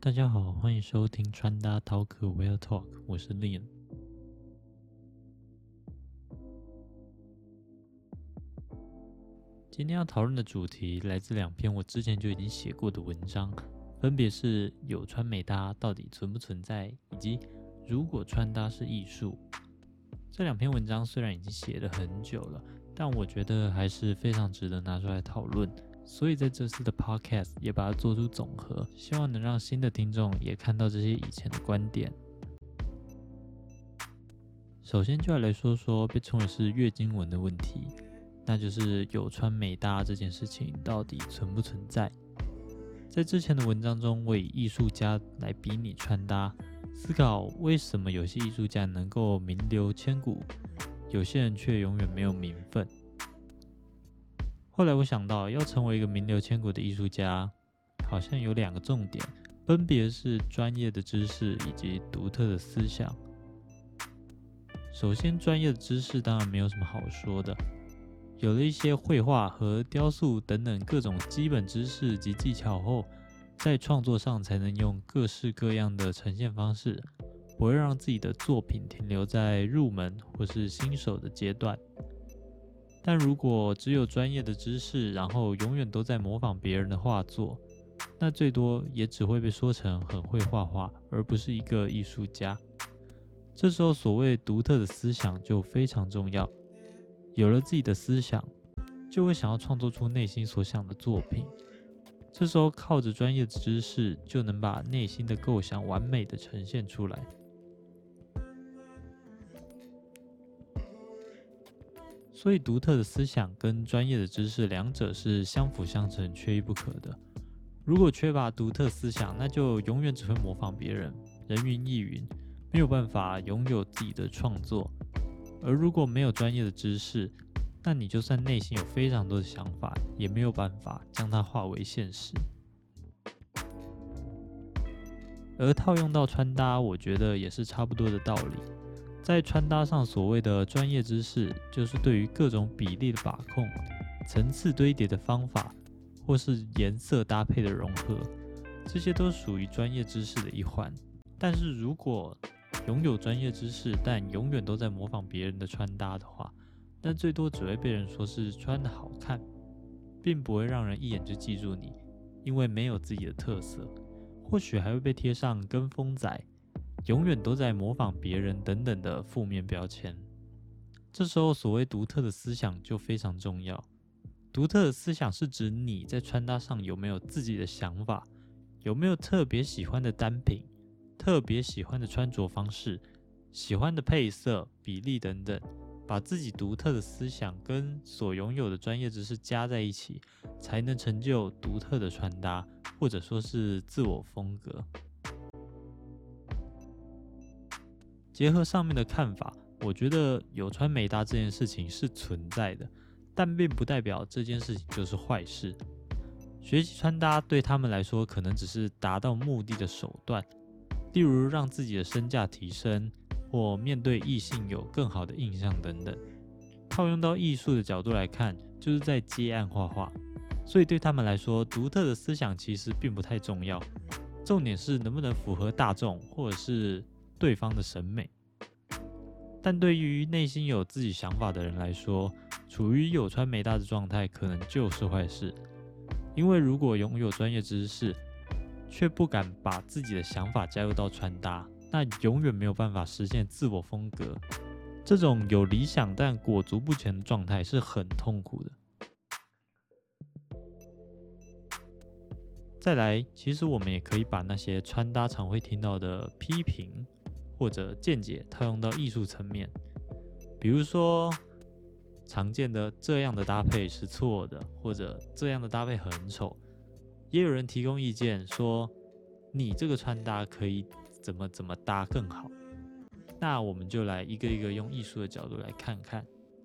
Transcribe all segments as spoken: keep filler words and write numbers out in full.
大家好，欢迎收听穿搭 Talk Wear Talk， 我是 Liam。今天要讨论的主题来自两篇我之前就已经写过的文章，分别是有穿美搭到底存不存在，以及如果穿搭是艺术。这两篇文章虽然已经写了很久了，但我觉得还是非常值得拿出来讨论。所以在这次的 podcast 也把它做出总和，希望能让新的听众也看到这些以前的观点。首先就要来说说被称为是月经文的问题，那就是有穿美搭这件事情到底存不存在。在之前的文章中，我以艺术家来比拟穿搭，思考为什么有些艺术家能够名留千古，有些人却永远没有名分。后来我想到，要成为一个名留千古的艺术家，好像有两个重点，分别是专业的知识以及独特的思想。首先，专业的知识当然没有什么好说的，有了一些绘画和雕塑等等各种基本知识及技巧后，在创作上才能用各式各样的呈现方式，不会让自己的作品停留在入门或是新手的阶段。但如果只有专业的知识，然后永远都在模仿别人的画作，那最多也只会被说成很会画画，而不是一个艺术家。这时候所谓独特的思想就非常重要，有了自己的思想，就会想要创作出内心所想的作品。这时候靠着专业的知识，就能把内心的构想完美的呈现出来。所以独特的思想跟专业的知识两者是相辅相成，缺一不可的。如果缺乏独特思想，那就永远只会模仿别人，人云亦云，没有办法拥有自己的创作。而如果没有专业的知识，那你就算内心有非常多的想法，也没有办法将它化为现实。而套用到穿搭，我觉得也是差不多的道理。在穿搭上，所谓的专业知识，就是对于各种比例的把控、层次堆叠的方法，或是颜色搭配的融合，这些都属于专业知识的一环。但是如果拥有专业知识，但永远都在模仿别人的穿搭的话，那最多只会被人说是穿得好看，并不会让人一眼就记住你，因为没有自己的特色，或许还会被贴上跟风仔，永远都在模仿别人等等的负面标签。这时候所谓独特的思想就非常重要。独特的思想是指你在穿搭上有没有自己的想法，有没有特别喜欢的单品，特别喜欢的穿着方式，喜欢的配色、比例等等，把自己独特的思想跟所拥有的专业知识加在一起，才能成就独特的穿搭，或者说是自我风格。结合上面的看法，我觉得有穿美搭这件事情是存在的，但并不代表这件事情就是坏事。学习穿搭对他们来说可能只是达到目的的手段，例如让自己的身价提升，或面对异性有更好的印象等等。套用到艺术的角度来看，就是在接案画画，所以对他们来说，独特的思想其实并不太重要，重点是能不能符合大众或者是对方的审美。但对于内心有自己想法的人来说，处于有穿美搭的状态可能就是坏事。因为如果拥有专业知识，却不敢把自己的想法加入到穿搭，那永远没有办法实现自我风格。这种有理想但裹足不前的状态是很痛苦的。再来，其实我们也可以把那些穿搭常会听到的批评或者见解套用到艺术层面，比如说常见的这样的搭配是错的，或者这样的搭配很丑。也有人提供意见说，你这个穿搭可以怎么怎么搭更好。那我们就来一个一个用艺术的角度来看看。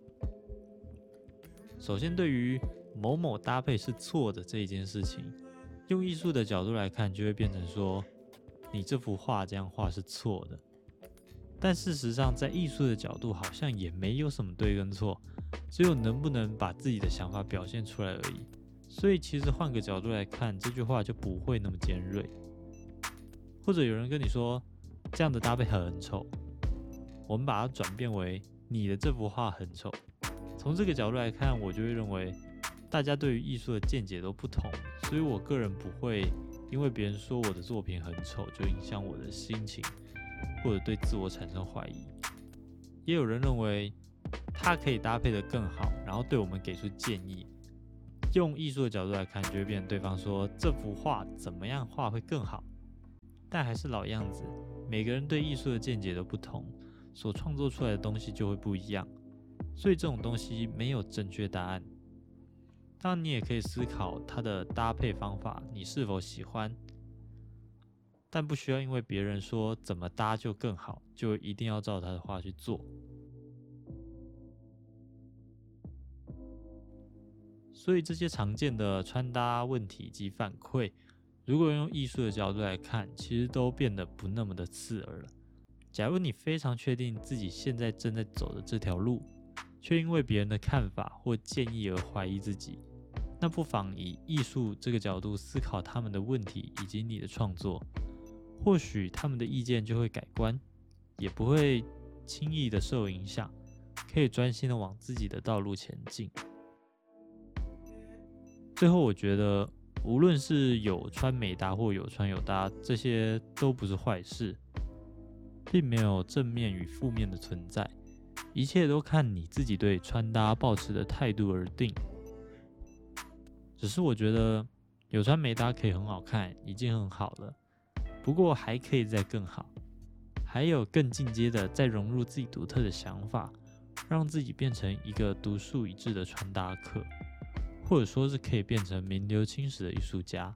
首先，对于某某搭配是错的这一件事情，用艺术的角度来看，就会变成说，你这幅画这样画是错的。但事实上，在艺术的角度，好像也没有什么对跟错，只有能不能把自己的想法表现出来而已。所以，其实换个角度来看，这句话就不会那么尖锐。 或者有人跟你说这样的搭配很丑，我们把它转变为你的这幅画很丑。从这个角度来看，我就会认为大家对于艺术的见解都不同，所以我个人不会因为别人说我的作品很丑就影响我的心情，或者对自我产生怀疑。也有人认为它可以搭配得更好，然后对我们给出建议。用艺术的角度来看，就会变成对方说这幅画怎么样画会更好。但还是老样子，每个人对艺术的见解都不同，所创作出来的东西就会不一样。所以这种东西没有正确答案。当然，你也可以思考它的搭配方法，你是否喜欢，但不需要因为别人说怎么搭就更好，就一定要照他的话去做。所以这些常见的穿搭问题及反馈，如果用艺术的角度来看，其实都变得不那么的刺耳了。假如你非常确定自己现在正在走的这条路，却因为别人的看法或建议而怀疑自己，那不妨以艺术这个角度思考他们的问题以及你的创作，或许他们的意见就会改观，也不会轻易的受影响，可以专心的往自己的道路前进。最后，我觉得无论是有穿美搭或有穿有搭，这些都不是坏事，并没有正面与负面的存在，一切都看你自己对穿搭抱持的态度而定。只是我觉得有穿美搭可以很好看，已经很好了，不过还可以再更好，还有更进阶的再融入自己独特的想法，让自己变成一个独树一帜的穿搭客，或者说是可以变成名留青史的艺术家。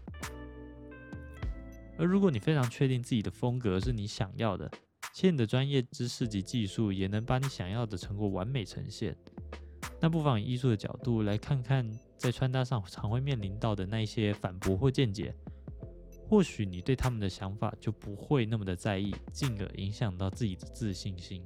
而如果你非常确定自己的风格是你想要的，且你的专业知识及技术也能把你想要的成果完美呈现，那不妨以艺术的角度来看看在穿搭上常会面临到的那一些反驳或见解，或许你对他们的想法就不会那么的在意，进而影响到自己的自信心。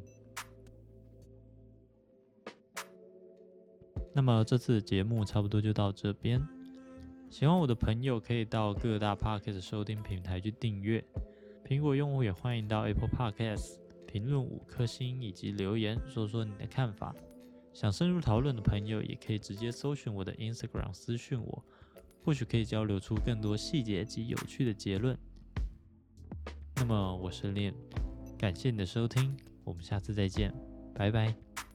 那么这次的节目差不多就到这边，喜欢我的朋友可以到各大 Podcast 收听平台去订阅，苹果用户也欢迎到 Apple Podcast 评论五颗星以及留言说说你的看法。想深入讨论的朋友也可以直接搜寻我的 Instagram 私讯我，或许可以交流出更多细节及有趣的结论。那么我是Liam，感谢你的收听，我们下次再见，拜拜。